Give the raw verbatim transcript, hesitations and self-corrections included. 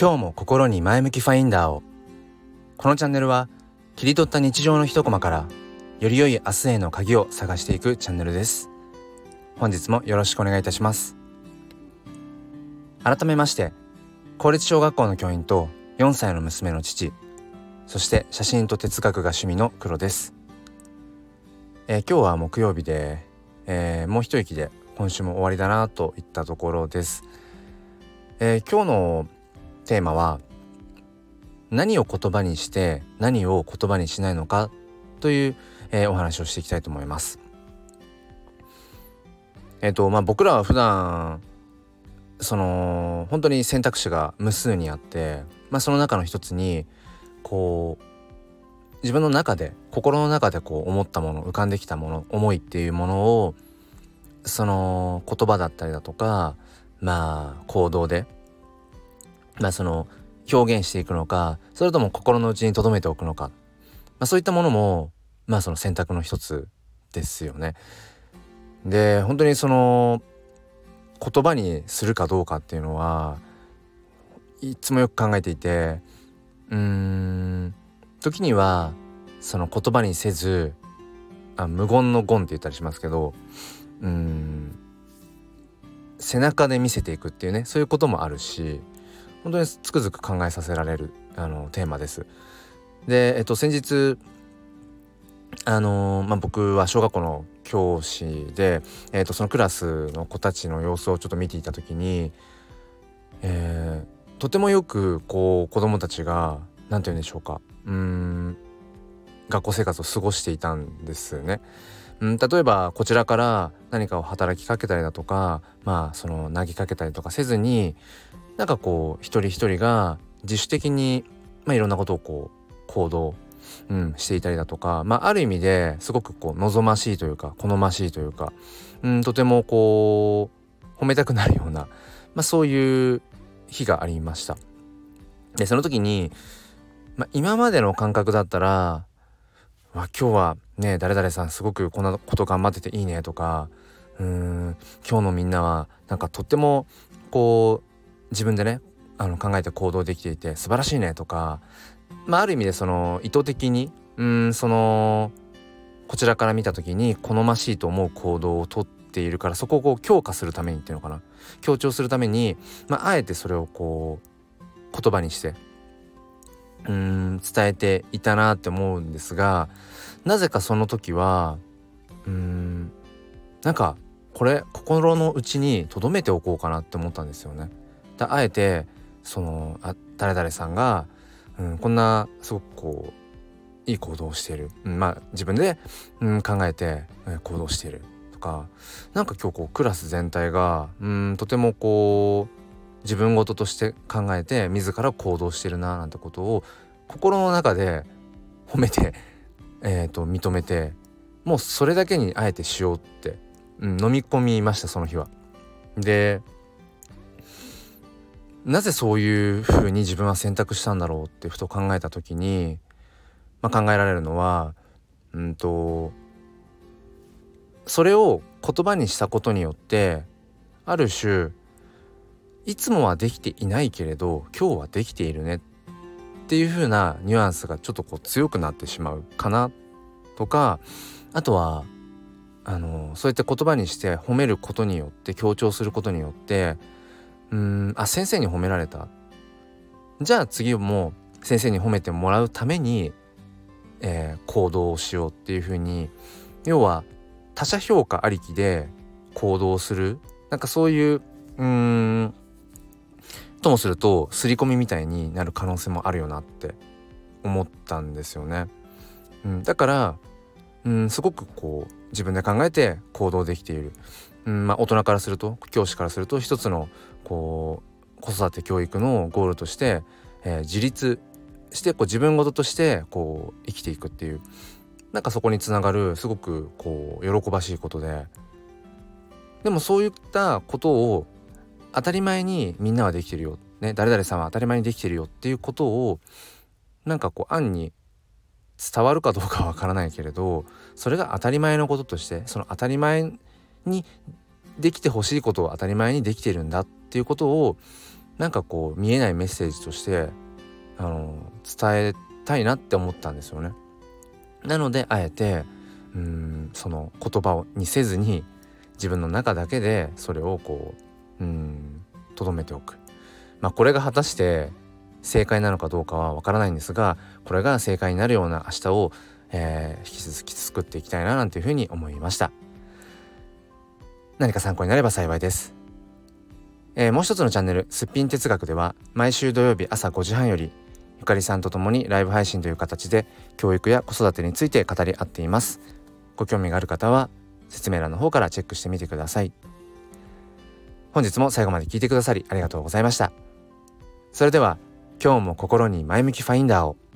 今日も心に前向きファインダーを。このチャンネルは切り取った日常の一コマからより良い明日への鍵を探していくチャンネルです。本日もよろしくお願いいたします。改めまして、公立小学校の教員とよんさいの娘の父、そして写真と哲学が趣味の黒です。えー、今日は木曜日で、えー、もう一息で今週も終わりだなといったところです。えー、今日のテーマは、何を言葉にして何を言葉にしないのかという、えー、お話をしていきたいと思います。えっとまあ僕らは普段その本当に選択肢が無数にあって、まあ、その中の一つにこう自分の中で心の中でこう思ったもの、浮かんできたもの、思いっていうものをその言葉だったりだとか、まあ行動でまあその表現していくのか、それとも心の内に留めておくのか、まあ、そういったものもまあその選択の一つですよね。で本当にその言葉にするかどうかっていうのはいつもよく考えていて、うーん時にはその言葉にせず、あ無言の言って言ったりしますけど、うーん背中で見せていくっていうね、そういうこともあるし、本当につくづく考えさせられるあのテーマです。で、えっと、先日あのーまあ、僕は小学校の教師で、えっと、そのクラスの子たちの様子をちょっと見ていた時に、えー、とてもよくこう子どもたちがなんて言うんでしょうか、うーん学校生活を過ごしていたんですね。うん、例えばこちらから何かを働きかけたりだとか、まあその投げかけたりとかせずに、なんかこう一人一人が自主的に、まあ、いろんなことをこう行動、うん、していたりだとか、まあ、ある意味ですごくこう望ましいというか好ましいというか、うん、とてもこう褒めたくなるような、まあ、そういう日がありました。でその時に、まあ、今までの感覚だったら、わ今日はね誰々さんすごくこんなこと頑張ってていいねとか、うーん今日のみんなはなんかとってもこう自分でねあの考えて行動できていて素晴らしいねとか、まあある意味でその意図的にうーんそのこちらから見た時に好ましいと思う行動をとっているから、そこをこう強化するためにっていうのかな、強調するために、まあ、あえてそれをこう言葉にしてうーん伝えていたなって思うんですが、なぜかその時はうーんなんかこれ心の内に留めておこうかなって思ったんですよね。だあえてそのあ誰々さんが、うん、こんなすごくこういい行動をしている、うん、まあ自分で、うん、考えて、えー行動しているとか、なんか今日こうクラス全体が、うん、とてもこう自分事として考えて自ら行動してるななんてことを心の中で褒めて、えー、と認めて、もうそれだけにあえてしようって、うん、飲み込みました、その日は。でなぜそういうふうに自分は選択したんだろうってふと考えた時に、まあ、考えられるのは、うんとそれを言葉にしたことによってある種いつもはできていないけれど今日はできているねっていう風なニュアンスがちょっとこう強くなってしまうかなとか、あとはあのそうやって言葉にして褒めることによって強調することによって、うーんあ先生に褒められた、じゃあ次も先生に褒めてもらうために、えー行動をしようっていう風に、要は他者評価ありきで行動する、なんかそういううーんともすると刷り込みみたいになる可能性もあるよなって思ったんですよね。うん、だからうんすごくこう自分で考えて行動できている、うんまあ、大人からすると、教師からすると一つのこう子育て教育のゴールとして、えー自立してこう自分事としてこう生きていくっていう、なんかそこにつながるすごくこう喜ばしいことで、でもそういったことを当たり前にみんなはできてるよ、ね、誰々さんは当たり前にできてるよっていうことをなんかこう暗に伝わるかどうかはわからないけれど、それが当たり前のこととして、その当たり前にできてほしいことを当たり前にできてるんだっていうことをなんかこう見えないメッセージとしてあの伝えたいなって思ったんですよね。なのであえてうーんその言葉をにせずに自分の中だけでそれをこううーん留めておく。まあこれが果たして正解なのかどうかはわからないんですが、これが正解になるような明日を、えー、引き続き作っていきたいななんていうふうに思いました。何か参考になれば幸いです。えー、もう一つのチャンネルすっぴん哲学では毎週土曜日朝ごじはんよりゆかりさんと共にライブ配信という形で教育や子育てについて語り合っています。ご興味がある方は説明欄の方からチェックしてみてください。本日も最後まで聞いてくださりありがとうございました。それでは今日も心に前向きファインダーを。